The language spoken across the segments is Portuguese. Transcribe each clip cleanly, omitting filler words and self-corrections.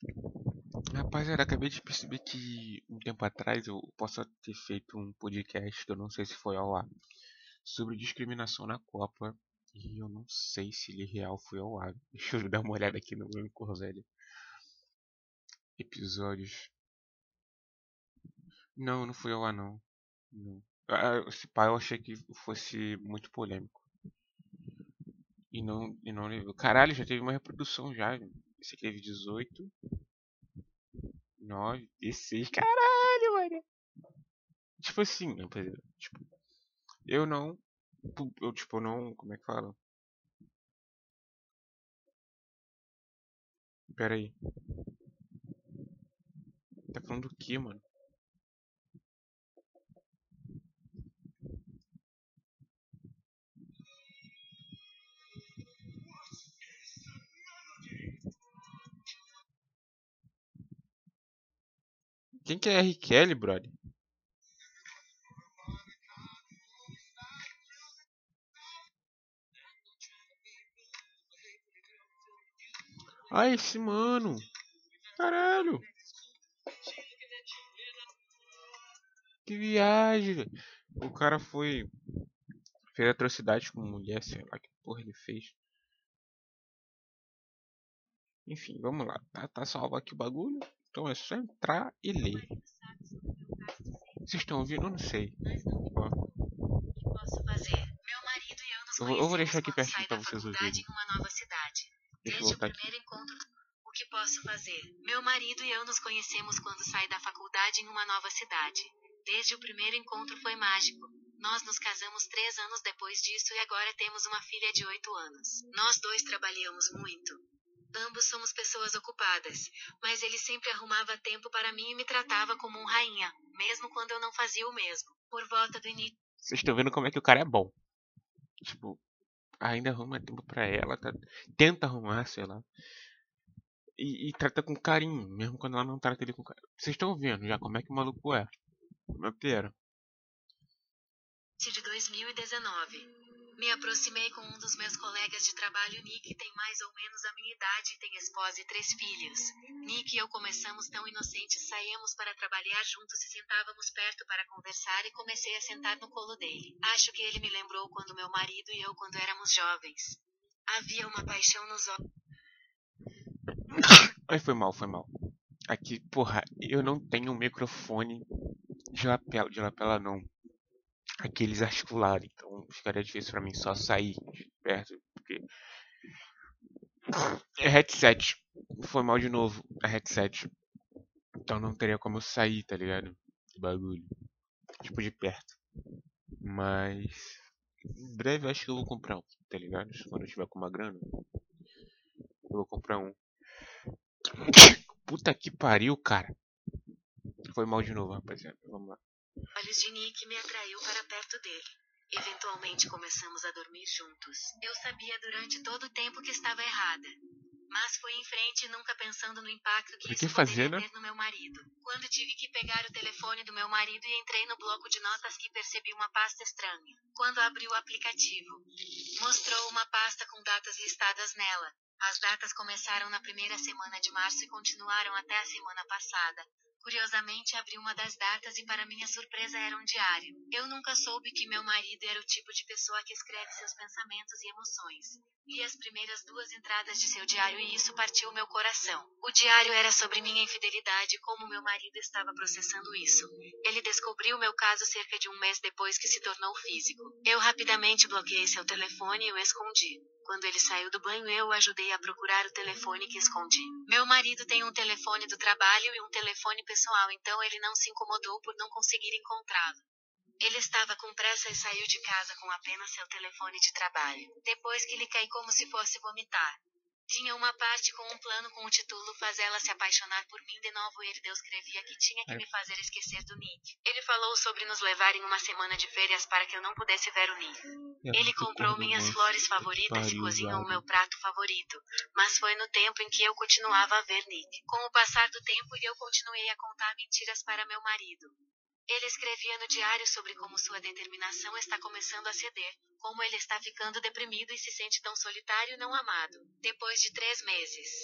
Rapaziada, acabei de perceber que um tempo atrás eu posso ter feito um podcast que eu não sei se foi ao ar sobre discriminação na Copa e eu não sei se ele real foi ao ar. Deixa eu dar uma olhada aqui no meu Anchor, velho. Episódios. Não, não foi ao ar não. Não. Esse pai eu achei que fosse muito polêmico. E não levou. Caralho, já teve uma reprodução já. Esse aqui teve 18, 9, 16. Caralho, mano. Tipo assim, rapaziada. Tipo, eu não. Eu, tipo, não. Como é que fala? Pera aí. Tá falando do que, mano? Quem que é R. Kelly, brother? Ah, esse mano. Caralho. Que viagem, velho. O cara foi. Fez atrocidade com mulher, sei lá que porra ele fez. Enfim, vamos lá. Tá salvo aqui o bagulho. Então é só entrar e ler. Vocês estão ouvindo? Eu não sei. Ó, Posso fazer? Meu marido e eu nos eu vou deixar conhecemos aqui quando pertinho sai pra da vocês faculdade ouvirem. em uma nova cidade. Deixa eu Desde o voltar aqui. primeiro encontro. O que posso fazer? Meu marido e eu nos conhecemos quando sai da faculdade em uma nova cidade. Desde o primeiro encontro foi mágico. Nós nos casamos 3 anos depois disso e agora temos uma filha de 8 anos. Nós dois trabalhamos muito. Ambos somos pessoas ocupadas, mas ele sempre arrumava tempo para mim e me tratava como um rainha, mesmo quando eu não fazia o mesmo. Por volta do início. Vocês estão vendo como é que o cara é bom. Tipo, ainda arruma tempo pra ela, tenta arrumar, sei lá. E trata com carinho, mesmo quando ela não trata ele com carinho. Vocês estão vendo já como é que o maluco é. Meu pera. De 2019. Me aproximei com um dos meus colegas de trabalho. Nick tem mais ou menos a minha idade e tem esposa e 3 filhos. Nick e eu começamos tão inocentes, saíamos para trabalhar juntos e sentávamos perto para conversar e comecei a sentar no colo dele. Acho que ele me lembrou quando meu marido e eu quando éramos jovens. Havia uma paixão nos olhos. Ai, foi mal, foi mal. Aqui, porra, eu não tenho um microfone de lapela não. Aqueles articulados, então ficaria difícil pra mim só sair de perto, porque é headset. Foi mal de novo, a headset. Então não teria como eu sair, tá ligado? Do bagulho. Tipo de perto. Mas em breve eu acho que eu vou comprar um, tá ligado? Quando eu tiver com uma grana, eu vou comprar um. Puta que pariu, cara. Foi mal de novo, rapaziada. Vamos lá. Olhos de Nick me atraiu para perto dele. Eventualmente começamos a dormir juntos. Eu sabia durante todo o tempo que estava errada. Mas fui em frente nunca pensando no impacto que O que isso fazer, poderia né? ter no meu marido. Quando tive que pegar o telefone do meu marido e entrei no bloco de notas que percebi uma pasta estranha. Quando abri o aplicativo, mostrou uma pasta com datas listadas nela. As datas começaram na primeira semana de março e continuaram até a semana passada. Curiosamente, abri uma das datas e para minha surpresa era um diário. Eu nunca soube que meu marido era o tipo de pessoa que escreve seus pensamentos e emoções. Li as primeiras 2 entradas de seu diário e isso partiu meu coração. O diário era sobre minha infidelidade e como meu marido estava processando isso. Ele descobriu meu caso cerca de um mês depois que se tornou físico. Eu rapidamente bloqueei seu telefone e o escondi. Quando ele saiu do banho, eu o ajudei a procurar o telefone que escondi. Meu marido tem um telefone do trabalho e um telefone pessoal, então ele não se incomodou por não conseguir encontrá-lo. Ele estava com pressa e saiu de casa com apenas seu telefone de trabalho. Depois que lhe caí como se fosse vomitar. Tinha uma parte com um plano com o título Faz ela se apaixonar por mim de novo e ele escrevia que tinha que Ai, me fazer esquecer do Nick. Ele falou sobre nos levar em uma semana de férias para que eu não pudesse ver o Nick. é Ele muito comprou corno minhas manso. flores Puta que favoritas e pariu, cozinhou o meu viado. prato favorito. Mas foi no tempo em que eu continuava a ver Nick. Com o passar do tempo eu continuei a contar mentiras para meu marido. Ele escrevia no diário sobre como sua determinação está começando a ceder, como ele está ficando deprimido e se sente tão solitário e não amado. Depois de 3 meses,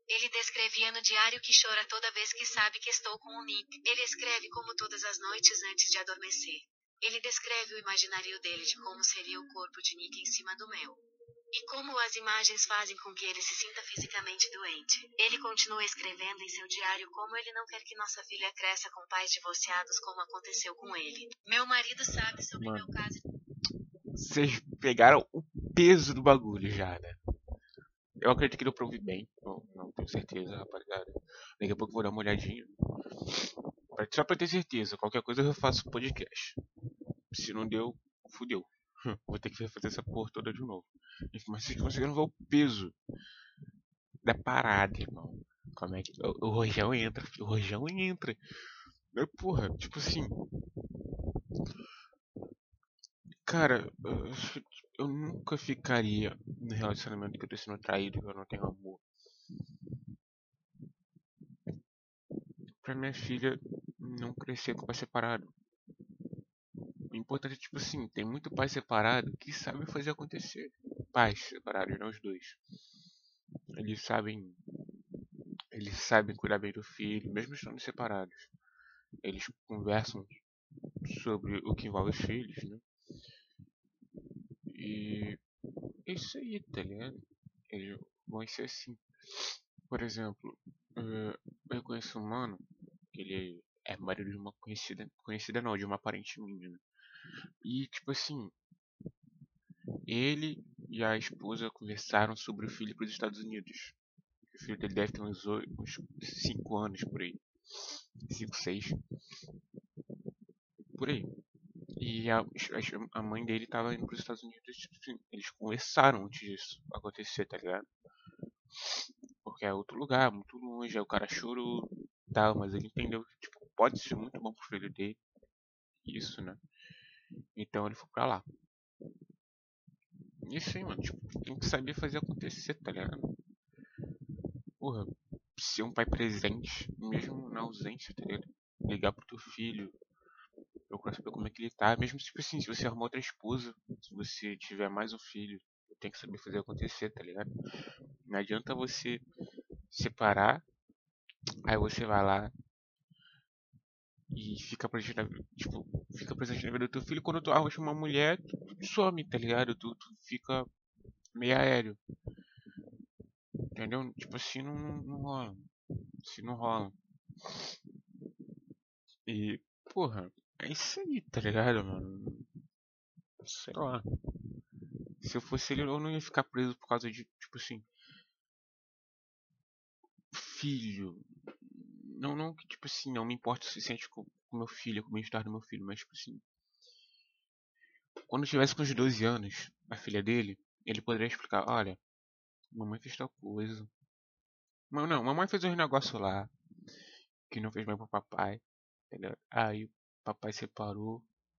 Ele descrevia no diário que chora toda vez que sabe que estou com o Nick. Ele escreve como todas as noites antes de adormecer. Ele descreve o imaginário dele de como seria o corpo de Nick em cima do meu. E como as imagens fazem com que ele se sinta fisicamente doente. Ele continua escrevendo em seu diário como ele não quer que nossa filha cresça com pais divorciados como aconteceu com ele. Meu marido sabe sobre Mano, meu caso. vocês pegaram o peso do bagulho já, né? Eu acredito que deu pra ouvir bem. Não tenho certeza, rapaziada. Daqui a pouco eu vou dar uma olhadinha. Só pra ter certeza. Qualquer coisa eu faço podcast. Se não deu, fudeu. Vou ter que refazer essa porra toda de novo. Enfim, mas vocês conseguiram ver o peso da parada, irmão. Como é que. O Rojão entra, filho. O Rojão entra. Mas, porra, tipo assim. Cara, eu nunca ficaria no relacionamento que eu tô sendo traído, que eu não tenho amor. Pra minha filha não crescer com o pai separado. O importante é, tipo assim, tem muito pai separado que sabe fazer acontecer. Pais separados, não os dois. Eles sabem, eles sabem cuidar bem do filho, mesmo estando separados. Eles conversam sobre o que envolve os filhos, né? E é isso aí, tá ligado? Eles vão ser assim. Por exemplo, eu conheço um mano, ele é marido de uma conhecida não, de uma parente minha, né? E tipo assim, ele e a esposa conversaram sobre o filho para os Estados Unidos. O filho dele deve ter uns 5 anos por aí. 5, 6, por aí. E a mãe dele tava indo para os Estados Unidos. Tipo assim, eles conversaram antes disso acontecer, tá ligado? Porque é outro lugar, muito longe. Aí o cara chorou e tal, mas ele entendeu que tipo, pode ser muito bom pro filho dele. Isso, né? Então ele foi pra lá. Isso aí, mano. Tipo, tem que saber fazer acontecer, tá ligado? Porra, ser um pai presente, mesmo na ausência, tá ligado? Ligar pro teu filho, procurar saber como é que ele tá. Mesmo tipo assim, se você arrumar outra esposa, se você tiver mais um filho, tem que saber fazer acontecer, tá ligado? Não adianta você separar, aí você vai lá e fica presente na, tipo, fica presente na vida do teu filho. Quando tu arruma uma mulher, tu some, tá ligado? Tu fica meio aéreo, entendeu? Tipo assim, não rola. Assim não rola. E, porra, é isso aí, tá ligado, mano? Sei lá. Se eu fosse ele, eu não ia ficar preso por causa de, tipo assim, filho. Não que, tipo assim, não me importa o suficiente com meu filho, com o bem-estar do meu filho, mas, tipo assim, quando eu tivesse com uns 12 anos, a filha dele, ele poderia explicar: olha, mamãe fez tal coisa. Mas não, mamãe fez um negócio lá que não fez bem pro papai, entendeu? Aí o papai separou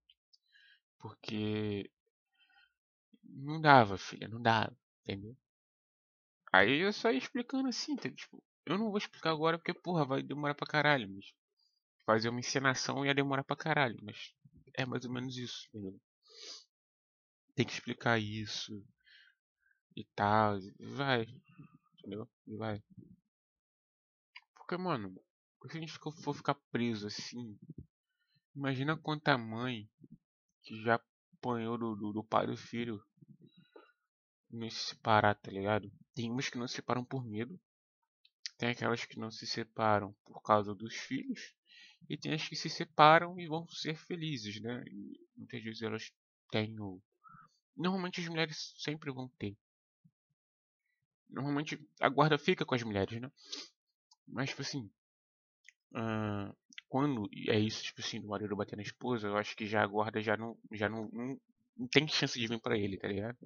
porque não dava, filha, não dava, entendeu? Aí eu só ia explicando assim, entendeu? Tipo, eu não vou explicar agora porque, porra, vai demorar pra caralho, mas fazer uma encenação ia demorar pra caralho, mas é mais ou menos isso, entendeu? Tem que explicar isso e tal, e vai, entendeu? E vai. Porque, mano, se a gente for ficar preso assim, imagina quanta mãe que já apanhou do pai do filho não se separar, tá ligado? Tem umas que não se separam por medo, tem aquelas que não se separam por causa dos filhos, e tem as que se separam e vão ser felizes, né? E muitas vezes elas têm o. Normalmente as mulheres sempre vão ter. Normalmente a guarda fica com as mulheres, né? Mas, tipo assim, ah, quando é isso, tipo assim, do marido bater na esposa, eu acho que já a guarda não tem chance de vir pra ele, tá ligado?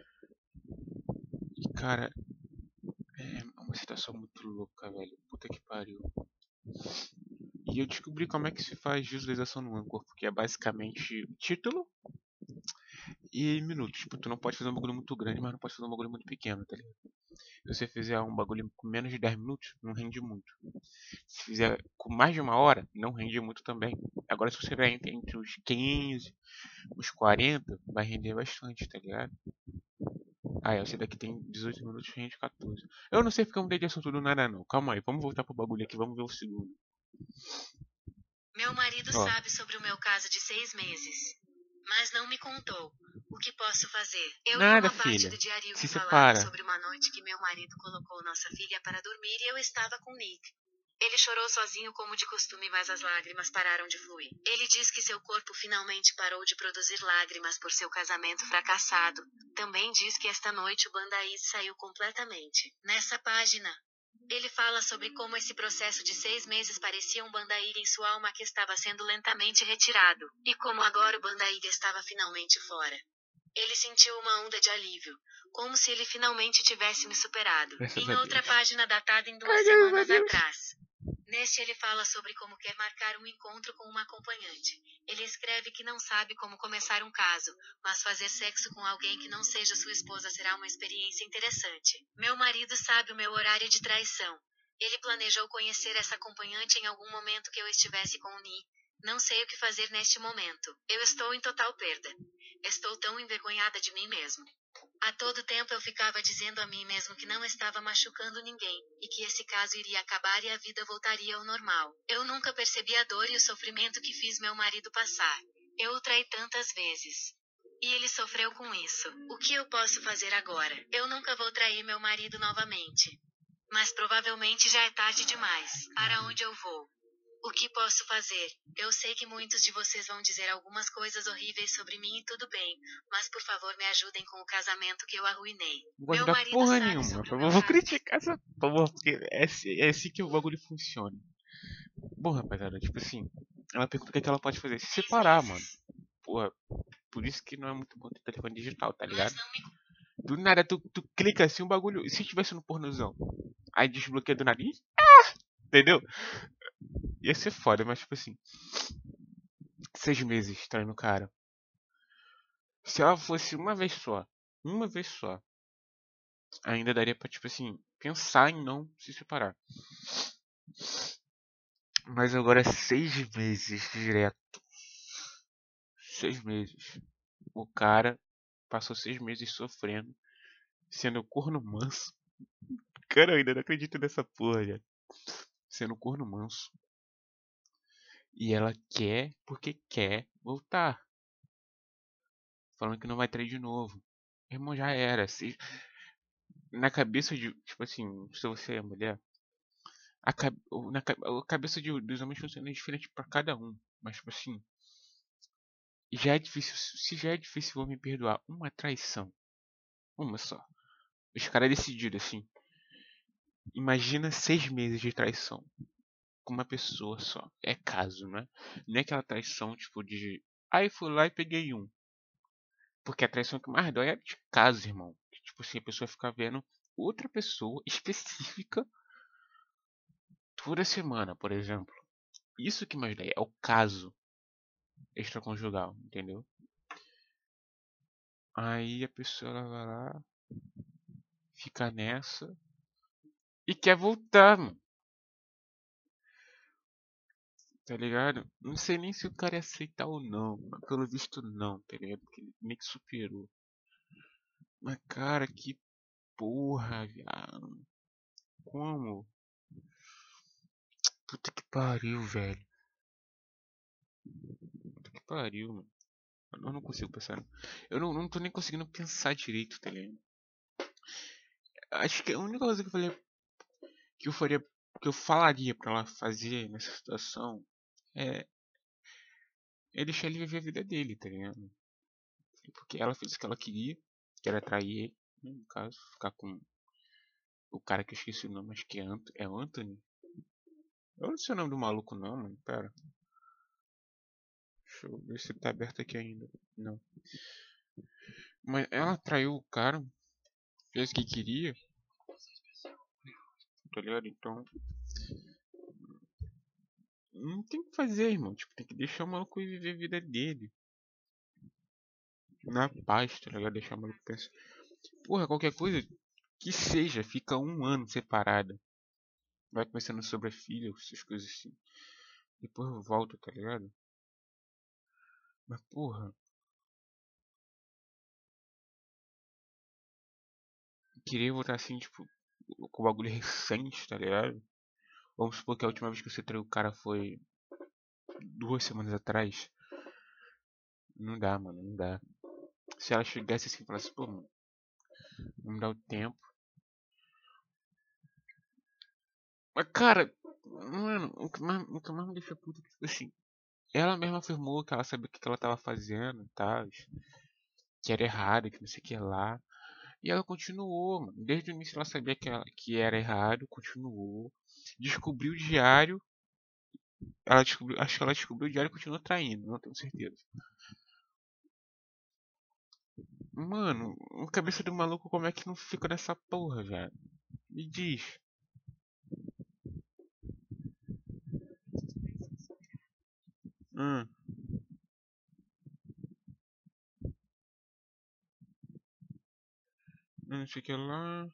E, cara, é uma situação muito louca, velho. Puta que pariu. E eu descobri como é que se faz visualização no Anchor, porque é basicamente título e minutos. Tipo, tu não pode fazer um bagulho muito grande, mas não pode fazer um bagulho muito pequeno, tá ligado? Se você fizer um bagulho com menos de 10 minutos, não rende muito. Se fizer com mais de uma hora, não rende muito também. Agora, se você vai entre os 15, os 40, vai render bastante, tá ligado? Ah, esse daqui tem 18 minutos, a gente 14. Eu não sei porque eu mudei de assunto do nada, não. Calma aí, vamos voltar pro bagulho aqui, vamos ver o segundo. Meu marido Ó, sabe sobre o meu caso de 6 meses, mas não me contou. O que posso fazer? Eu li nada, uma parte do filha. diário Se que falava separa. sobre uma noite que meu marido colocou nossa filha para dormir e eu estava com Nick. Ele chorou sozinho como de costume, mas as lágrimas pararam de fluir. Ele diz que seu corpo finalmente parou de produzir lágrimas por seu casamento fracassado. Também diz que esta noite o Bandaid saiu completamente. Nessa página, ele fala sobre como esse processo de 6 meses parecia um Bandaid em sua alma que estava sendo lentamente retirado, e como agora o Bandaid estava finalmente fora. Ele sentiu uma onda de alívio, como se ele finalmente tivesse me superado. Graças Em a outra Deus. página datada em 2 Ai, graças a semanas Deus. atrás. Neste ele fala sobre como quer marcar um encontro com uma acompanhante. Ele escreve que não sabe como começar um caso, mas fazer sexo com alguém que não seja sua esposa será uma experiência interessante. Meu marido sabe o meu horário de traição. Ele planejou conhecer essa acompanhante em algum momento que eu estivesse com o Ni. Não sei o que fazer neste momento. Eu estou em total perda. Estou tão envergonhada de mim mesmo. A todo tempo eu ficava dizendo a mim mesmo que não estava machucando ninguém, e que esse caso iria acabar e a vida voltaria ao normal. Eu nunca percebi a dor e o sofrimento que fiz meu marido passar. Eu o traí tantas vezes. E ele sofreu com isso. O que eu posso fazer agora? Eu nunca vou trair meu marido novamente. Mas provavelmente já é tarde demais. Para onde eu vou? O que posso fazer? Eu sei que muitos de vocês vão dizer algumas coisas horríveis sobre mim e tudo bem, mas por favor me ajudem com o casamento que eu arruinei. Não vou Meu ajudar marido porra sabe nenhuma. sobre o Eu meu vou caso. criticar essa porra, porque é assim que o bagulho funciona. Bom, rapaziada, tipo assim, ela pergunta o que, é que ela pode fazer. Se 6 separar, mano. meses. Porra, por isso que não é muito bom ter telefone digital, tá Mas ligado? não me. Do nada tu clica assim o bagulho. Se tivesse no pornozão, aí desbloqueia do nada. Entendeu? Ia ser foda, mas tipo assim, 6 meses traindo o cara. Se ela fosse uma vez só, ainda daria pra, tipo assim, pensar em não se separar. Mas agora 6 meses direto. 6 meses. O cara passou 6 meses sofrendo, sendo corno manso. Cara, eu ainda não acredito nessa porra, já. Sendo corno manso. E ela quer, porque quer voltar. Falando que não vai trair de novo. Irmão, já era. Na cabeça de, tipo assim, se você é mulher, a cabeça dos homens funciona diferente pra cada um. Mas, tipo assim, já é difícil. Se já é difícil o homem perdoar uma traição, uma só. Os caras decidiram assim. Imagina 6 meses de traição com uma pessoa só. É caso, né? Não é aquela traição tipo de. Aí fui lá e peguei um. Porque a traição que mais dói é de caso, irmão. Que, tipo assim, a pessoa fica vendo outra pessoa específica toda semana, por exemplo. Isso que mais dói é o caso extraconjugal, entendeu? Aí a pessoa ela vai lá, fica nessa e quer voltar, mano. Tá ligado? Não sei nem se o cara ia aceitar ou não. Mas pelo visto não, tá ligado? Porque ele meio que superou. Mas cara, que porra, viado. Como? Puta que pariu, velho. Puta que pariu, mano. Eu não consigo pensar. Eu não tô nem conseguindo pensar direito, tá ligado? Acho que a única coisa que eu falei que eu faria, que eu falaria pra ela fazer nessa situação é, é deixar ele viver a vida dele, tá ligado? Porque ela fez o que ela queria, que era trair ele, né, no caso, ficar com o cara que eu esqueci o nome, acho que é Anthony. Eu não sei o nome do maluco não, mano. Pera. Deixa eu ver se tá aberto aqui ainda. Não. Mas ela traiu o cara, fez o que queria, tá ligado? Então, não tem o que fazer, irmão. Tipo, tem que deixar o maluco viver a vida dele. Na paz, tá ligado? Deixar o maluco pensar. Porra, qualquer coisa que seja, fica um ano separada. Vai pensando sobre a filha, essas coisas assim. Depois volta, tá ligado? Mas porra, querer voltar assim, tipo, com o bagulho recente, tá ligado? Vamos supor que a última vez que você traiu o cara foi 2 semanas atrás. Não dá, mano, não dá. Se ela chegasse assim e falasse, pô, mano, vamos dar o tempo. Mas, cara, mano, o que mais me deixa puto é que, tipo assim, ela mesma afirmou que ela sabia o que ela tava fazendo e tal, que era errado, que não sei o que lá. E ela continuou, mano. Desde o início ela sabia que era errado, continuou. Descobriu o diário. Ela descobriu, acho que ela descobriu o diário e continuou traindo, não tenho certeza. Mano, a cabeça do maluco como é que não fica nessa porra, velho? Me diz. Hum, não sei o que lá.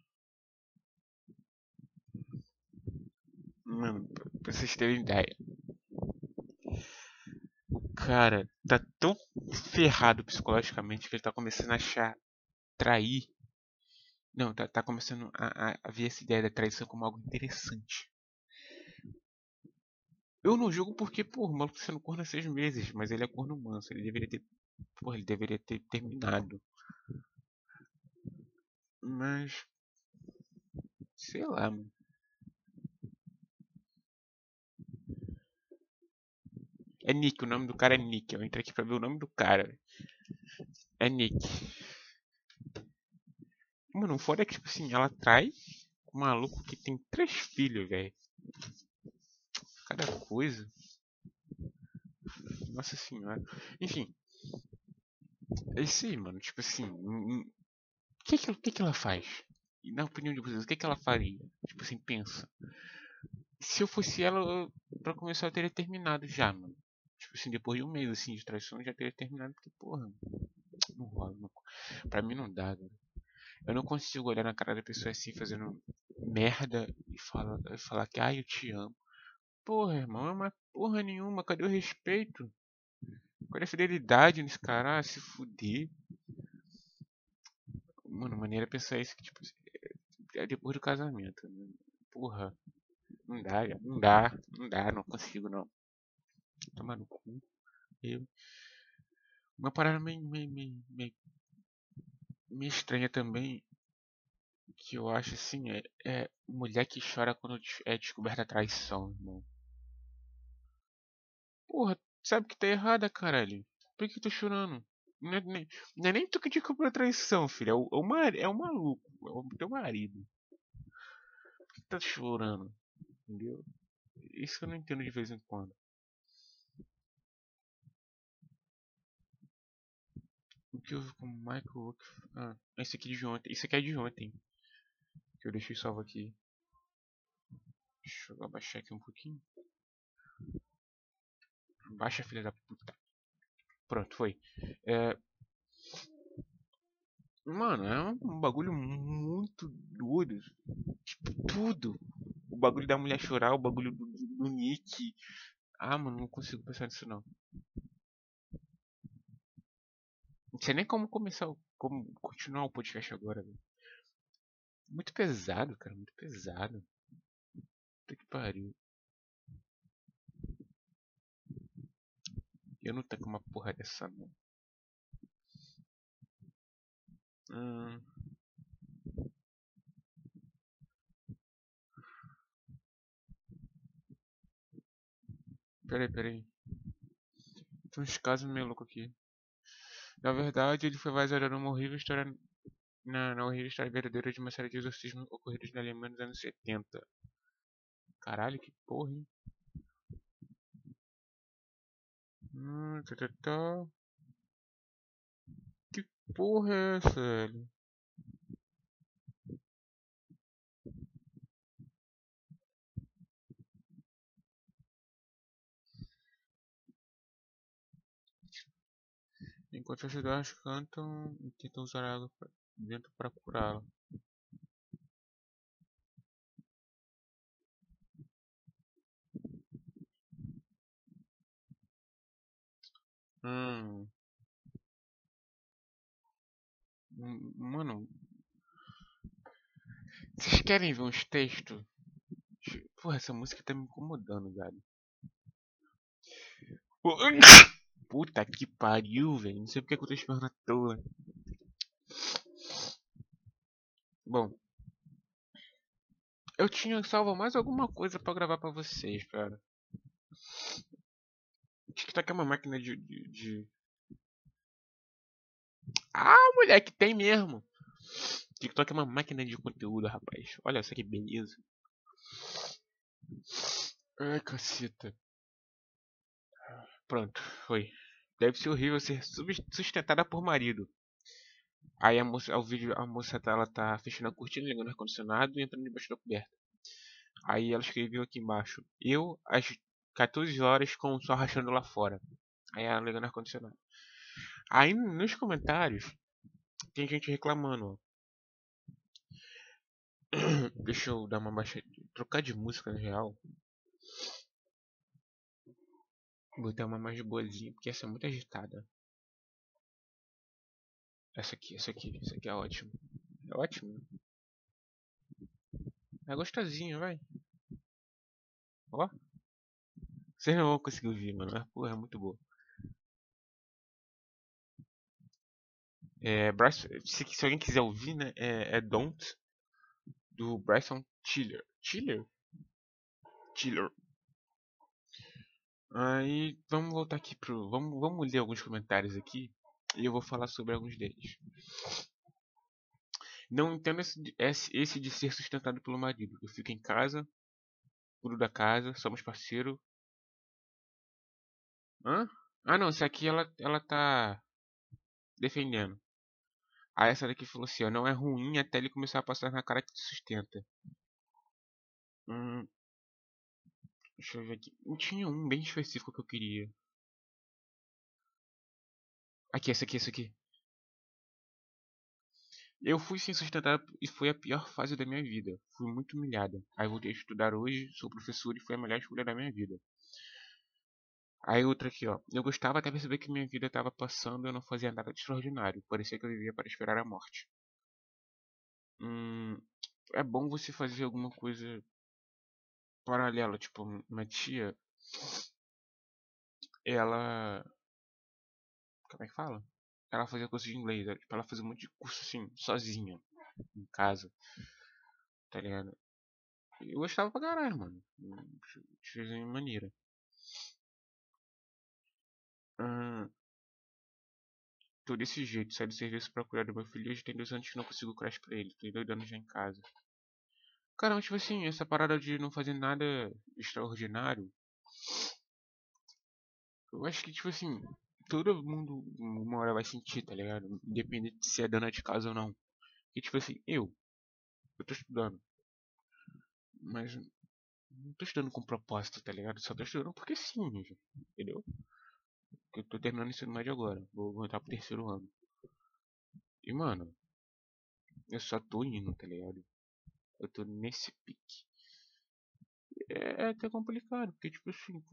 Mano, pra vocês terem ideia. O cara tá tão ferrado psicologicamente que ele tá começando a achar trair. Não, tá começando a ver essa ideia da traição como algo interessante. Eu não julgo porque, pô, o maluco tá sendo corno há 6 meses, mas ele é corno manso. Ele deveria ter terminado. Mas, sei lá, mano. É Nick, o nome do cara é Nick. Eu entrei aqui pra ver o nome do cara. É Nick. Mano, o foda é que, tipo assim, ela trai um maluco que tem 3 filhos, velho. Cada coisa. Nossa senhora. Enfim, é isso aí, mano. Tipo assim, o que que ela faz? E na opinião de vocês, o que que ela faria? Tipo assim, pensa. Se eu fosse ela, pra começar eu teria terminado já, mano. Tipo assim, depois de um mês assim de traição, eu já teria terminado, porque, porra, não rola. Não. Pra mim não dá, velho. Eu não consigo olhar na cara da pessoa assim, fazendo merda e falar que, ai, eu te amo. Porra, irmão, é uma porra nenhuma. Cadê o respeito? Cadê a fidelidade nesse cara? Ah, se fuder. Mano, maneira é pensar isso que, tipo, é depois do casamento, né? Porra, não dá, não dá, não dá, não consigo não. Tomar no cu. Eu. Uma parada meio estranha também, que eu acho assim, é mulher que chora quando é descoberta a traição, irmão. Porra, sabe que tá errada, caralho. Por que tá chorando? Não é nem tu que descobriu a traição, filho. É o maluco. É o teu marido. Por que tá chorando? Entendeu? Isso que eu não entendo de vez em quando. O que eu vi com o Michael Rook. Ah, esse aqui de ontem. Esse aqui é de ontem. Que eu deixei salvo aqui. Deixa eu abaixar aqui um pouquinho. Baixa, filha da puta. Pronto, foi. É, mano, é um bagulho muito doido. Tipo, tudo. O bagulho da mulher chorar, o bagulho do Nick. Ah, mano, não consigo pensar nisso não. Não sei nem como começar, como continuar o podcast agora, velho. Muito pesado, cara, muito pesado. Puta que pariu. Eu não tenho uma porra dessa, não. Hum, peraí. Tem uns casos meio loucos aqui. Na verdade, ele foi baseado numa horrível história. Na horrível história verdadeira de uma série de exorcismos ocorridos na Alemanha nos anos 70. Caralho, que porra, hein? Tá, tá, tá. Que porra é essa, velho? Enquanto as cidades cantam e tentam usar a água dentro para curá-la. Hum, mano, Vocês querem ver uns textos? Porra, essa música tá me incomodando, velho. Puta que pariu, velho. Não sei porque que eu tô esperando à toa. Bom, eu tinha salvo mais alguma coisa pra gravar pra vocês, cara. O TikTok é uma máquina Ah, moleque, tem mesmo. TikTok é uma máquina de conteúdo, rapaz. Olha só que beleza. Ai, caceta. Pronto, foi. Deve ser horrível ser sustentada por marido. Aí a moça, ao vídeo, a moça tá, ela tá fechando a cortina, ligando o ar-condicionado e entrando debaixo da coberta. Aí ela escreveu aqui embaixo: Eu, às 14 horas, com o sol rachando lá fora. Aí ela ligando o ar-condicionado. Aí nos comentários, tem gente reclamando, ó. Deixa eu dar uma baixa. Trocar de música na real. Botar uma mais boazinha, porque essa é muito agitada. Essa aqui é ótima. É ótimo. É gostosinho, vai. Ó. Vocês não vão conseguir ouvir, mano. Mas, porra, é muito boa. Se alguém quiser ouvir, né? É Don't, do Bryson Tiller. Tiller? Tiller. Aí, vamos voltar aqui pro... Vamos ler alguns comentários aqui. E eu vou falar sobre alguns deles. Não entendo esse de ser sustentado pelo marido. Eu fico em casa, cuido da casa, somos parceiro. Hã? Ah, não, essa aqui ela tá defendendo. Aí essa daqui falou assim, ó, não é ruim até ele começar a passar na cara que te sustenta. Hum, deixa eu ver aqui. Não tinha um bem específico que eu queria. Aqui, esse aqui. Eu fui sem sustentar e foi a pior fase da minha vida. Fui muito humilhada. Aí voltei a estudar hoje, sou professor e foi a melhor escolha da minha vida. Aí outra aqui, ó. Eu gostava até perceber que minha vida estava passando e eu não fazia nada de extraordinário. Parecia que eu vivia para esperar a morte. Hum, é bom você fazer alguma coisa paralela. Tipo, minha tia, ela... Como é que fala? Ela fazia curso de inglês. Tipo, ela fazia um monte de curso assim, sozinha, em casa. Tá ligado? Eu gostava pra caralho, mano. De maneira. Hum, tô desse jeito, saí do serviço pra cuidar do meu filho e hoje tem 2 anos que não consigo creche pra ele. Tô doidando já em casa. Cara, tipo assim, essa parada de não fazer nada extraordinário, eu acho que, tipo assim, todo mundo uma hora vai sentir, tá ligado? Independente de se é dona de casa ou não. E tipo assim, eu tô estudando, mas não tô estudando com propósito, tá ligado? Só tô estudando porque sim, entendeu? Porque eu tô terminando o ensino médio agora, vou voltar pro terceiro ano. E mano, eu só tô indo, tá ligado? Eu tô nesse pique. É até complicado, porque tipo assim,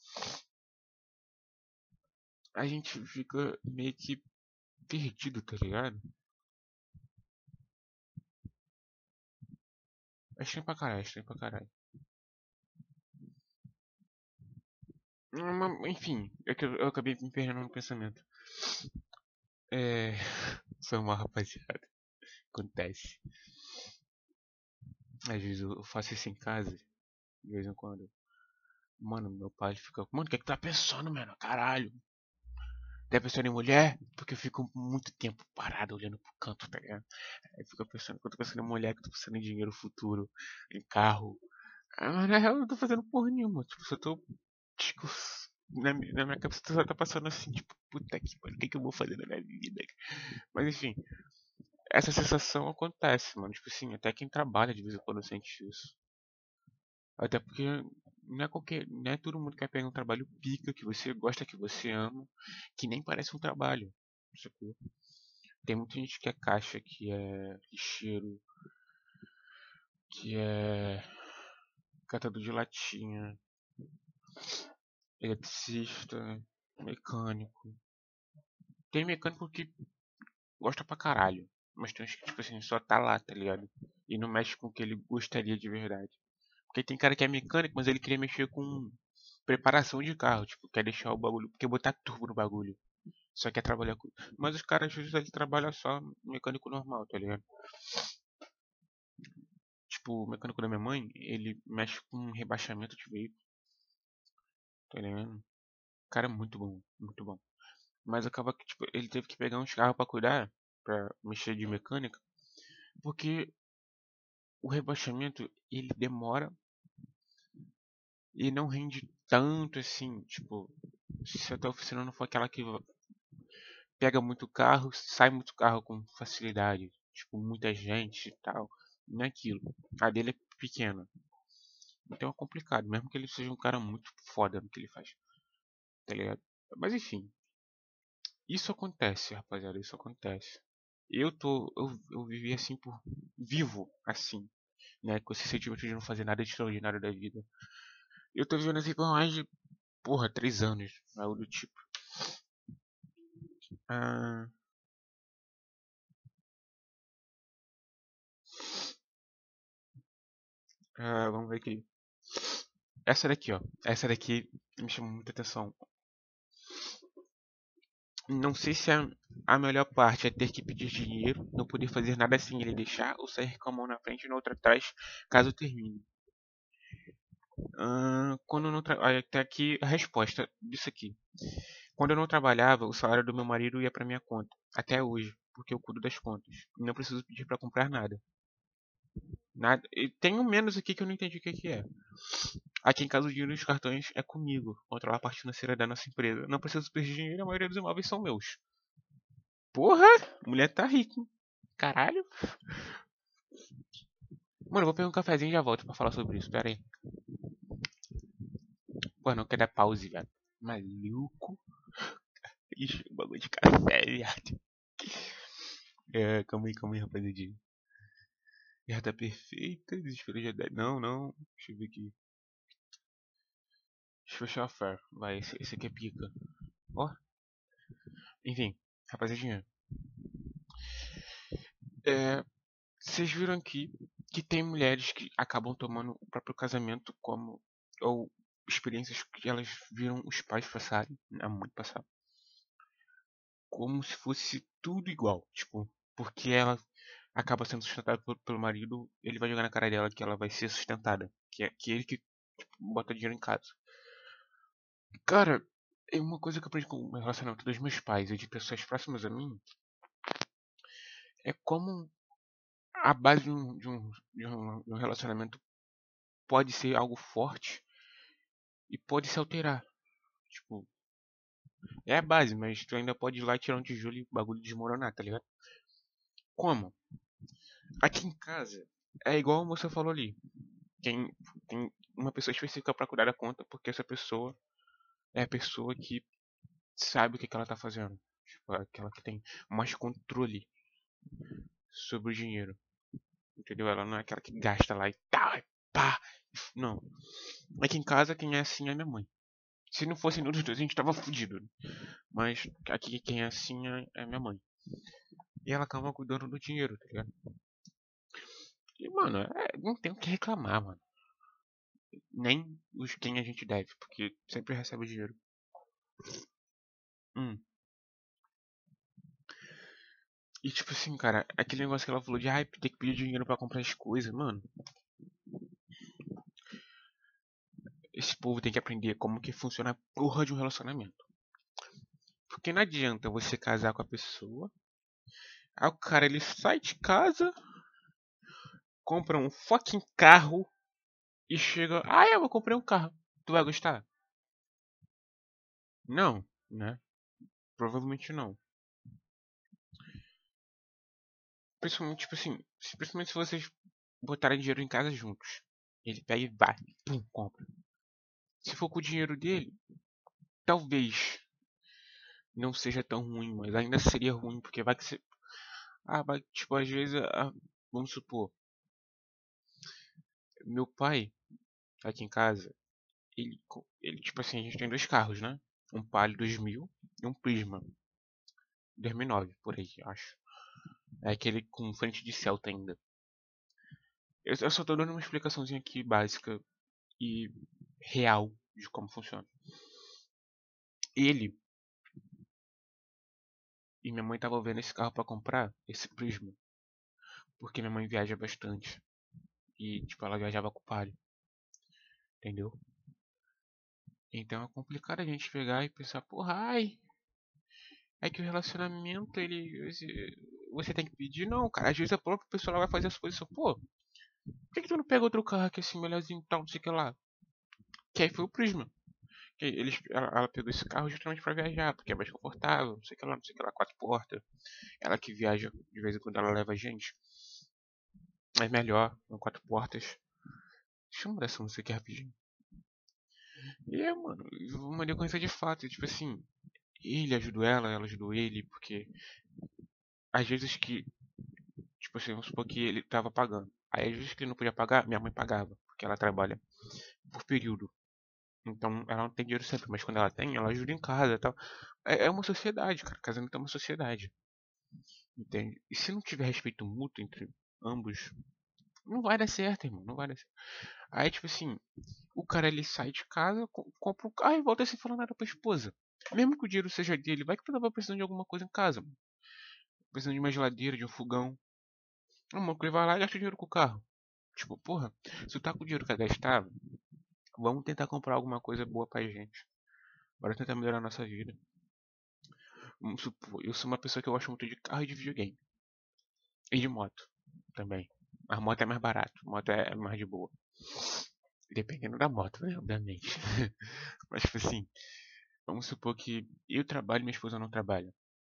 a gente fica meio que perdido, tá ligado? É estranho pra caralho, é estranho pra caralho. Enfim, é que eu acabei me perdendo no pensamento. É. Foi uma rapaziada. Acontece. Às vezes eu faço isso em casa, de vez em quando. Mano, meu pai fica. Mano, o que é que tá pensando, mano? Caralho. Tá pensando em mulher? Porque eu fico muito tempo parado olhando pro canto, tá ligado? Aí fica pensando, quando eu tô pensando em mulher, que eu tô pensando em dinheiro futuro, em carro. Ah, mas na real eu não tô fazendo porra nenhuma. Tipo, só tô. Tipo, na minha cabeça só tá passando assim, tipo, puta que pariu, o que, que eu vou fazer na minha vida? Mas enfim, essa sensação acontece, mano. Tipo assim, até quem trabalha de vez em quando sente isso. Até porque não é todo mundo que quer pegar um trabalho pica, que você gosta, que você ama, que nem parece um trabalho. Sacou? Tem muita gente que é caixa, que é lixeiro, que é catador de latinha, eletricista, mecânico. Tem mecânico que gosta pra caralho, mas tem uns que, tipo assim, só tá lá, tá ligado? e não mexe com o que ele gostaria de verdade. Porque tem cara que é mecânico, mas ele queria mexer com preparação de carro, tipo, quer deixar o bagulho, quer botar turbo no bagulho. Só quer trabalhar com. Mas os caras às vezes ele trabalha só mecânico normal, tá ligado? Tipo, o mecânico da minha mãe, ele mexe com rebaixamento de veículo, tá ligado? O cara é muito bom, muito bom. Mas acaba que, tipo, ele teve que pegar uns carros pra cuidar, pra mexer de mecânica, porque o rebaixamento, ele demora e não rende tanto assim, tipo, se a tua oficina não for aquela que pega muito carro, sai muito carro com facilidade, tipo, muita gente e tal, não é aquilo. A dele é pequena, então é complicado, mesmo que ele seja um cara muito foda no que ele faz, tá ligado? Mas enfim, isso acontece, rapaziada, isso acontece. Eu vivi assim por, vivo assim, né, com esse sentimento de não fazer nada de extraordinário da vida. Eu tô vivendo assim por mais de, porra, 3 anos, algo do tipo. Ah, vamos ver aqui. Essa daqui, ó. Essa daqui me chamou muita atenção. Não sei se a melhor parte é ter que pedir dinheiro, não poder fazer nada sem ele deixar, ou sair com a mão na frente e na outra atrás, caso termine. Quando eu não até aqui a resposta disso aqui. Quando eu não trabalhava, o salário do meu marido ia para minha conta, até hoje, porque eu cuido das contas. E não preciso pedir para comprar nada. Nada. E tem um menos aqui que eu não entendi o que é. Aqui em casa o dinheiro dos cartões é comigo. Controlar a parte financeira da nossa empresa. Não preciso pedir dinheiro, a maioria dos imóveis são meus. Porra! Mulher tá rica, hein? Caralho. Mano, eu vou pegar um cafezinho e já volto pra falar sobre isso. Pera aí. Pô, não quer dar pause, velho. Maluco. Ixi, bagulho de café, viado. Calma aí, rapaziadinha. Já tá perfeita. Desespero já dá. Não, não. Deixa eu ver aqui. Deixa eu fechar a fé. Vai, esse aqui é pica. Ó. Enfim, rapaziadinha. É, vocês viram aqui que tem mulheres que acabam tomando o próprio casamento como. Ou experiências que elas viram os pais passarem, a mãe passar. Como se fosse tudo igual. Tipo, porque ela acaba sendo sustentada pelo marido, ele vai jogar na cara dela que ela vai ser sustentada. Que ele que tipo, bota dinheiro em casa. Cara, é uma coisa que eu aprendi com o relacionamento dos meus pais e de pessoas próximas a mim. É como a base de um relacionamento pode ser algo forte e pode se alterar. Tipo, é a base, mas tu ainda pode ir lá tirar um tijolo e o bagulho desmoronar, tá ligado? Como? Aqui em casa é igual você falou ali. Tem uma pessoa específica para cuidar da conta, porque essa pessoa é a pessoa que sabe o que ela tá fazendo. Tipo, aquela que tem mais controle sobre o dinheiro. Entendeu? Ela não é aquela que gasta lá e tá, pá. Não. Aqui em casa quem é assim é minha mãe. Se não fosse nenhum dos dois, a gente tava fudido. Mas aqui quem é assim é minha mãe. E ela acaba cuidando do dinheiro, tá ligado? E, mano, não tem o que reclamar, mano. Nem os quem a gente deve, porque sempre recebe o dinheiro. Hum. E tipo assim, cara, aquele negócio que ela falou de ter que pedir dinheiro pra comprar as coisas, mano. Esse povo tem que aprender como que funciona a porra de um relacionamento. Porque não adianta você casar com a pessoa, aí o cara ele sai de casa, compra um fucking carro e chega, eu comprei um carro. Tu vai gostar? Não, né? Provavelmente não. Principalmente, tipo assim, principalmente se vocês botarem dinheiro em casa juntos. Ele pega e vai, pum, compra. Se for com o dinheiro dele, talvez não seja tão ruim, mas ainda seria ruim, porque vai que você. Vai, tipo, às vezes, vamos supor, meu pai, aqui em casa, ele, tipo assim, a gente tem dois carros, né? Um Palio 2000 e um Prisma 2009, por aí, acho. É aquele com frente de Celta ainda. Eu só tô dando uma explicaçãozinha aqui básica e real de como funciona. Ele e minha mãe estavam vendo esse carro pra comprar, esse Prisma, porque minha mãe viaja bastante. E, tipo, ela viajava com o Palio, entendeu? Então é complicado a gente pegar e pensar, porra, ai, é que o relacionamento, você tem que pedir, não, cara. Às vezes a própria pessoa ela vai fazer as coisas, pô, por que tu não pega outro carro aqui assim, melhorzinho e tal, não sei o que lá? Que aí foi o Prisma. Que ela pegou esse carro justamente pra viajar, porque é mais confortável, não sei o que lá, não sei o que lá, quatro portas. Ela que viaja, de vez em quando ela leva a gente. É melhor, com quatro portas. Deixa eu mudar essa música aqui rapidinho. E é, mano, uma coisa de fato, tipo assim, ele ajudou ela ajudou ele, porque às vezes que, tipo assim, vamos supor que ele tava pagando. Aí às vezes que ele não podia pagar, minha mãe pagava, porque ela trabalha por período. Então ela não tem dinheiro sempre, mas quando ela tem, ela ajuda em casa e tal. É uma sociedade, cara. Casamento é uma sociedade. Entende? E se não tiver respeito mútuo entre ambos, não vai dar certo, irmão. Não vai dar certo. Aí, tipo assim, o cara ele sai de casa, compra um carro e volta sem falar nada pra esposa. Mesmo que o dinheiro seja dele, vai que tu tava precisando de alguma coisa em casa, mano. Precisando de uma geladeira, de um fogão. Não, mano, ele vai lá e gasta o dinheiro com o carro. Tipo, porra, se tu tá com o dinheiro pra gastar, vamos tentar comprar alguma coisa boa pra gente. Bora tentar melhorar a nossa vida. Vamos supor, eu sou uma pessoa que eu gosto muito de carro e de videogame. E de moto também. A moto é mais barato, a moto é mais de boa. Dependendo da moto, né? Obviamente. Mas, tipo assim, vamos supor que eu trabalho e minha esposa não trabalha.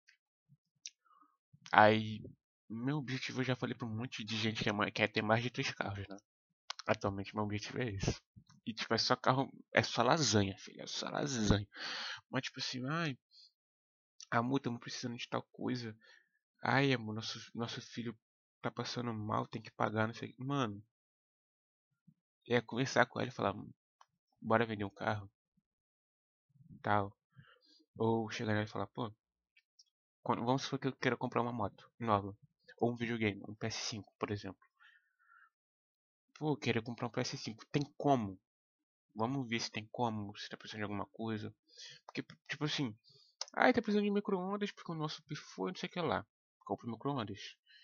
Aí, meu objetivo, eu já falei pra um monte de gente que quer ter mais de 3 carros, né? Atualmente, meu objetivo é esse. E, tipo, é só carro, é só lasanha, filho, é só lasanha. Mas, tipo assim, ai, amor, estamos precisando de tal coisa. Ai, amor, nosso filho tá passando mal, tem que pagar, não sei. Mano, é conversar com ela e falar, bora vender um carro, tal. Ou chegar nela e falar, pô, vamos supor que eu queira comprar uma moto nova. Ou um videogame, um PS5, por exemplo. Pô, eu queria comprar um PS5. Tem como? Vamos ver se tem como, se tá precisando de alguma coisa. Porque, tipo assim, tá precisando de micro-ondas porque o nosso pifou, não sei o que lá. Compra micro-ondas.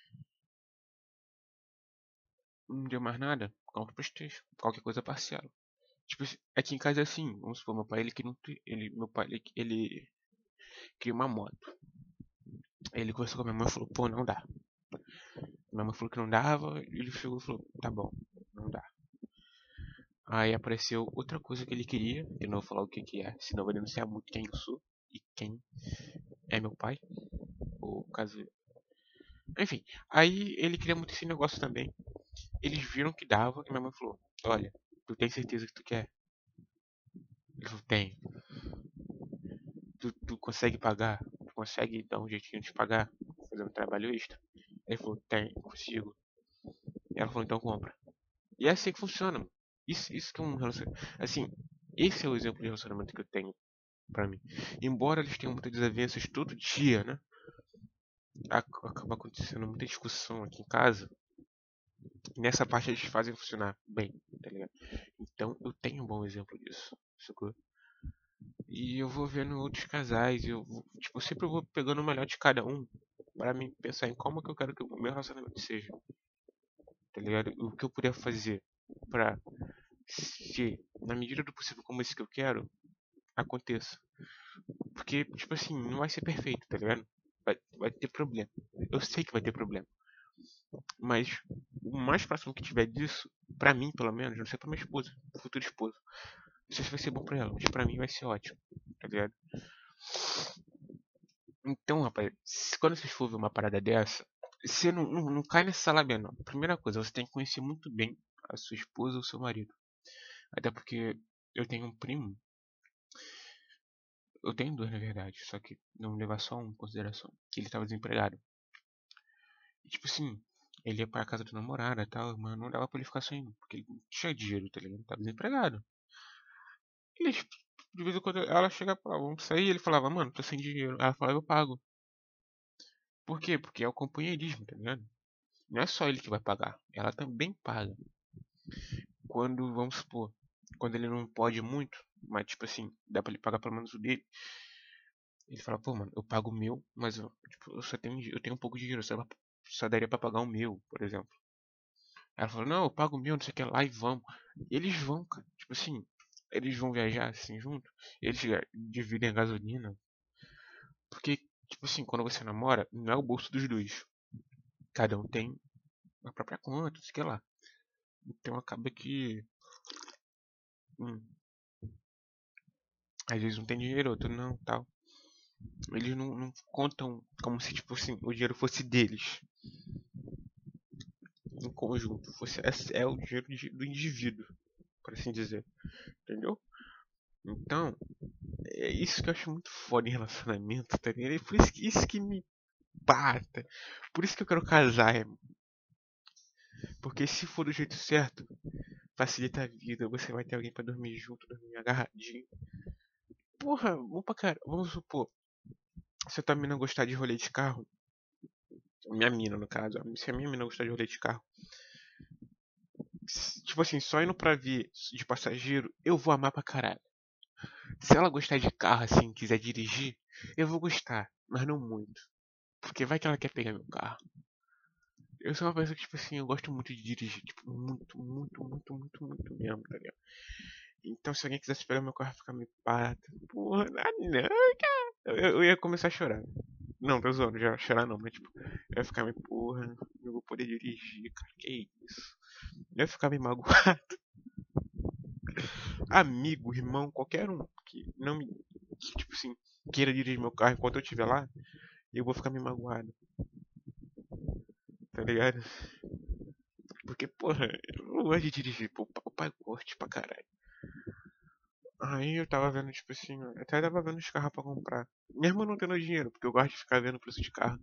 Não deu mais nada? Compra PlayStation. Qualquer coisa parcela. Tipo, aqui em casa é assim, vamos supor, meu pai, ele que não meu pai, ele queria uma moto. Aí ele conversou com a minha mãe e falou, pô, não dá. Minha mãe falou que não dava, e ele chegou e falou, tá bom, não dá. Aí apareceu outra coisa que ele queria, que eu não vou falar o que que é, senão vai denunciar muito quem eu sou e quem é meu pai, ou caso... Enfim, aí ele queria muito esse negócio também. Eles viram que dava, e minha mãe falou, olha, tu tem certeza que tu quer? Ele falou, tenho. Tu consegue pagar? Tu consegue dar um jeitinho de pagar? Fazer um trabalho extra? Ele falou, tem, consigo. E ela falou, então compra. E é assim que funciona, mano. Isso que é um relacionamento. Assim, esse é o exemplo de relacionamento que eu tenho pra mim. Embora eles tenham muitas desavenças todo dia, né? Acaba acontecendo muita discussão aqui em casa. E nessa parte eles fazem funcionar bem, tá ligado? Então eu tenho um bom exemplo disso, sacou? E eu vou vendo outros casais, tipo, sempre vou pegando o melhor de cada um para mim pensar em como que eu quero que o meu relacionamento seja, tá ligado? O que eu puder fazer pra se, na medida do possível, como esse que eu quero, aconteça. Porque, tipo assim, não vai ser perfeito, tá ligado? Vai ter problema. Eu sei que vai ter problema. Mas o mais próximo que tiver disso, pra mim, pelo menos, não sei pra minha esposa, futura esposa. Não sei se vai ser bom pra ela, mas pra mim vai ser ótimo, tá ligado? Então, rapaz, quando vocês for ver uma parada dessa, você não cai nessa lábia, não. Primeira coisa, você tem que conhecer muito bem a sua esposa ou seu marido. Até porque eu tenho um primo, eu tenho dois na verdade, só que não levar só um em consideração, que ele tava desempregado. E, tipo assim, ele ia pra casa do namorado e tal, mas não dava pra ele ficar sem, porque ele não tinha dinheiro, tá ligado? Ele tava desempregado. Ele, tipo, de vez em quando ela chegava e falava, vamos sair, ele falava, mano, tô sem dinheiro. Ela falava, eu pago. Por quê? Porque é o companheirismo, tá ligado? Não é só ele que vai pagar, ela também paga. Quando, vamos supor, quando ele não pode muito, mas tipo assim, dá pra ele pagar pelo menos o dele. Ele fala, pô, mano, eu pago o meu, mas tipo, eu tenho um pouco de dinheiro, só daria pra pagar o meu, por exemplo. Ela falou, não, eu pago o meu, não sei o que lá, e vamos. E eles vão, cara. Tipo assim, eles vão viajar assim junto. Eles dividem a gasolina. Porque, tipo assim, quando você namora, não é o bolso dos dois. Cada um tem a própria conta, não sei o que lá. Então acaba que. hum, Às vezes um tem dinheiro, outro não, tal. Eles não contam como se, tipo assim, o dinheiro fosse deles. Em conjunto. É o dinheiro do indivíduo, por assim dizer. Entendeu? Então, é isso que eu acho muito foda em relacionamento, tá ligado? E por isso que me bata. Por isso que eu quero casar, porque se for do jeito certo, facilita a vida. Você vai ter alguém pra dormir junto, dormir agarradinho. Porra, vamos pra cara. Vamos supor, se a tua mina gostar de rolê de carro, minha mina no caso, se a minha mina gostar de rolê de carro, tipo assim, só indo pra ver de passageiro, eu vou amar pra caralho. Se ela gostar de carro assim, quiser dirigir, eu vou gostar, mas não muito. Porque vai que ela quer pegar meu carro. Eu sou uma pessoa que, tipo assim, eu gosto muito de dirigir. Tipo, muito mesmo, tá ligado? Então, se alguém quisesse pegar meu carro e ficar me pata, porra, não, cara. Eu ia começar a chorar. Não, tô zoando, já chorar não, mas tipo, eu ia ficar me, porra, não vou poder dirigir, cara, que isso. Eu ia ficar me magoado. Amigo, irmão, qualquer um que não me, que, tipo assim, queira dirigir meu carro enquanto eu estiver lá, eu vou ficar me magoado, tá ligado? Porque, porra, eu não gosto de dirigir, pô, o pai curte pra caralho. Aí eu tava vendo, tipo assim, eu até tava vendo os carros pra comprar. Mesmo não tendo dinheiro, porque eu gosto de ficar vendo o preço de carro.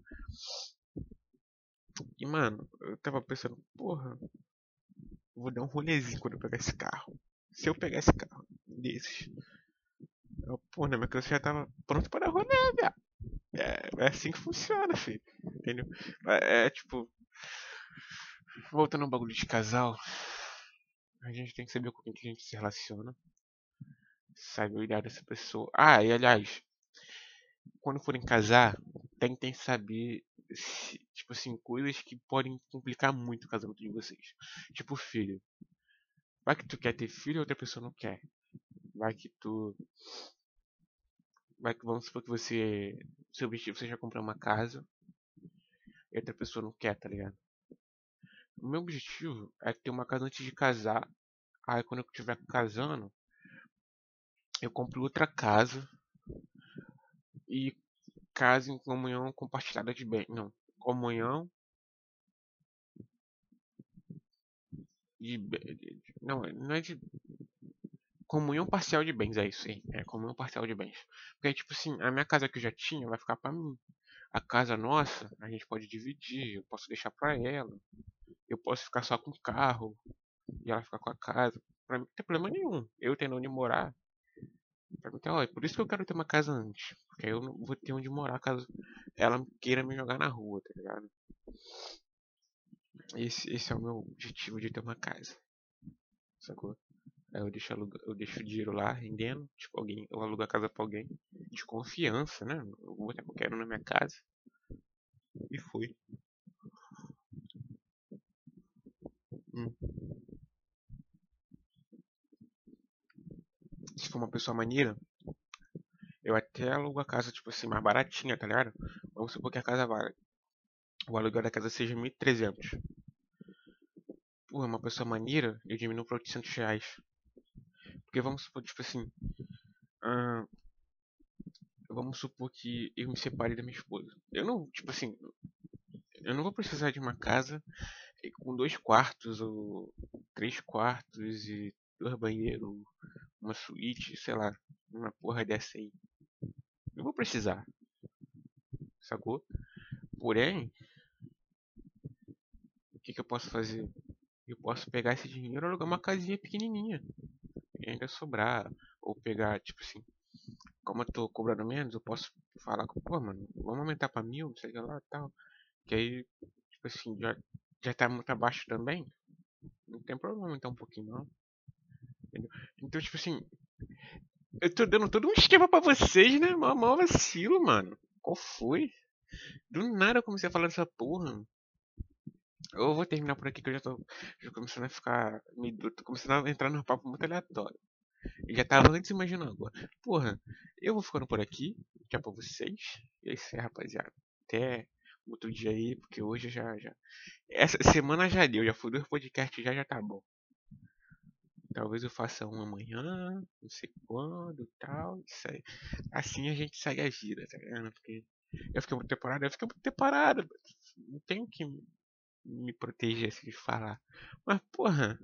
E, mano, eu tava pensando, porra, vou dar um rolezinho quando eu pegar esse carro. Se eu pegar esse carro desses, pô, né, minha criança já tava pronta para dar rolê, viado. É assim que funciona, filho. Entendeu? Tipo, voltando ao bagulho de casal, a gente tem que saber com quem que a gente se relaciona. Sabe o ideal dessa pessoa. Ah, e aliás, quando forem casar, tentem saber, tipo assim, coisas que podem complicar muito o casamento de vocês. Tipo filho. Vai que tu quer ter filho e outra pessoa não quer. Vai que tu. Vai que vamos supor que você. Seu objetivo seja comprar uma casa e outra pessoa não quer, tá ligado? O meu objetivo é ter uma casa antes de casar. Aí quando eu estiver casando, eu compro outra casa e caso em comunhão compartilhada de bem. Não. Comunhão não, não é de comunhão parcial de bens, é isso aí. É comunhão parcial de bens. Porque, tipo assim, a minha casa que eu já tinha vai ficar pra mim. A casa nossa, a gente pode dividir. Eu posso deixar pra ela. Eu posso ficar só com o carro e ela ficar com a casa. Pra mim não tem problema nenhum. Eu tendo onde morar. Pra mim, ó, é por isso que eu quero ter uma casa antes. Porque aí eu não vou ter onde morar caso ela queira me jogar na rua, tá ligado? Esse é o meu objetivo de ter uma casa. Sacou? Aí eu deixo o dinheiro lá rendendo, tipo, eu alugo a casa pra alguém de confiança, né? Eu vou botar qualquer um na minha casa. E foi. Hum. Se for uma pessoa maneira, eu até alugo a casa, tipo assim, mais baratinha, tá ligado? Vamos supor que a casa vale. O aluguel da casa seja 1.300. Pô, é uma pessoa maneira, eu diminuo pra R$ 800. Porque vamos supor, tipo assim, ah, vamos supor que eu me separe da minha esposa. Eu não, tipo assim, eu não vou precisar de uma casa com 2 quartos ou 3 quartos e 2 banheiros, uma suíte, sei lá, uma porra dessa aí. Eu vou precisar, sacou? Porém, o que eu posso fazer? Eu posso pegar esse dinheiro e alugar uma casinha pequenininha e ainda sobrar. Ou pegar, tipo assim, como eu tô cobrando menos, eu posso falar com, pô, mano, vamos aumentar pra 1.000, não sei lá e tal. Que aí, tipo assim, já. já tá muito abaixo também, não tem problema aumentar um pouquinho não. Entendeu? Então, tipo assim, eu tô dando todo um esquema pra vocês, né? Mó vacilo, mano. Qual foi? Do nada eu comecei a falar dessa porra. Eu vou terminar por aqui que eu já começando a ficar. Tô começando a entrar num papo muito aleatório. Eu já tava antes imaginando agora. Porra, eu vou ficando por aqui. Tchau pra vocês. E é isso aí, rapaziada. Até outro dia aí, porque hoje já. Essa semana já deu, já fui 2 podcasts já tá bom. Talvez eu faça um amanhã, não sei quando e tal. Isso aí. Assim a gente segue a gira, tá ligado? Porque eu fiquei muito temporada. Não tenho que me proteger assim de falar. Mas, porra,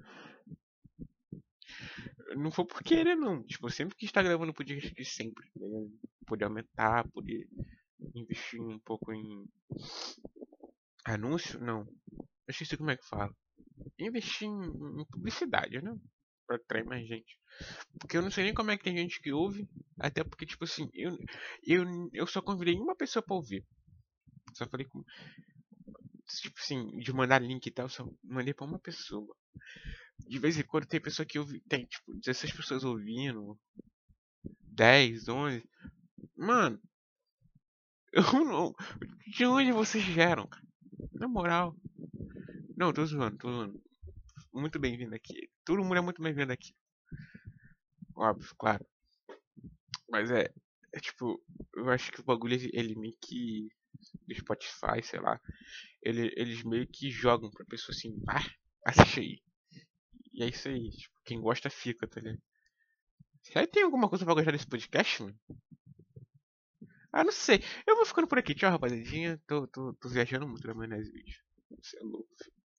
não foi por querer, não. Tipo, eu sempre quis estar gravando podcast de sempre, tá ligado? Poder aumentar, poder investir um pouco em anúncio, não. Eu esqueci como é que fala. Investir em publicidade, né? Pra atrair mais gente. Porque eu não sei nem como é que tem gente que ouve. Até porque, tipo assim, eu só convidei uma pessoa pra ouvir. Só falei com. Tipo assim, de mandar link e tal, só mandei pra uma pessoa. De vez em quando tem pessoa que ouve. Tem, tipo, 16 pessoas ouvindo. 10, 11. Mano, eu não. De onde vocês vieram, cara? Na moral. Não, tô zoando, tô zoando. Muito bem-vindo aqui. Todo mundo é muito bem-vindo aqui. Óbvio, claro. Mas é tipo, eu acho que o bagulho ele meio que. Do Spotify, sei lá. Eles meio que jogam pra pessoa assim, ah, assiste aí. E é isso aí. Tipo, quem gosta fica, tá ligado? Será que tem alguma coisa pra gostar desse podcast, mano? Ah, não sei. Eu vou ficando por aqui. Tchau, rapaziadinha. Tô viajando muito na maionese vídeo. Você é louco.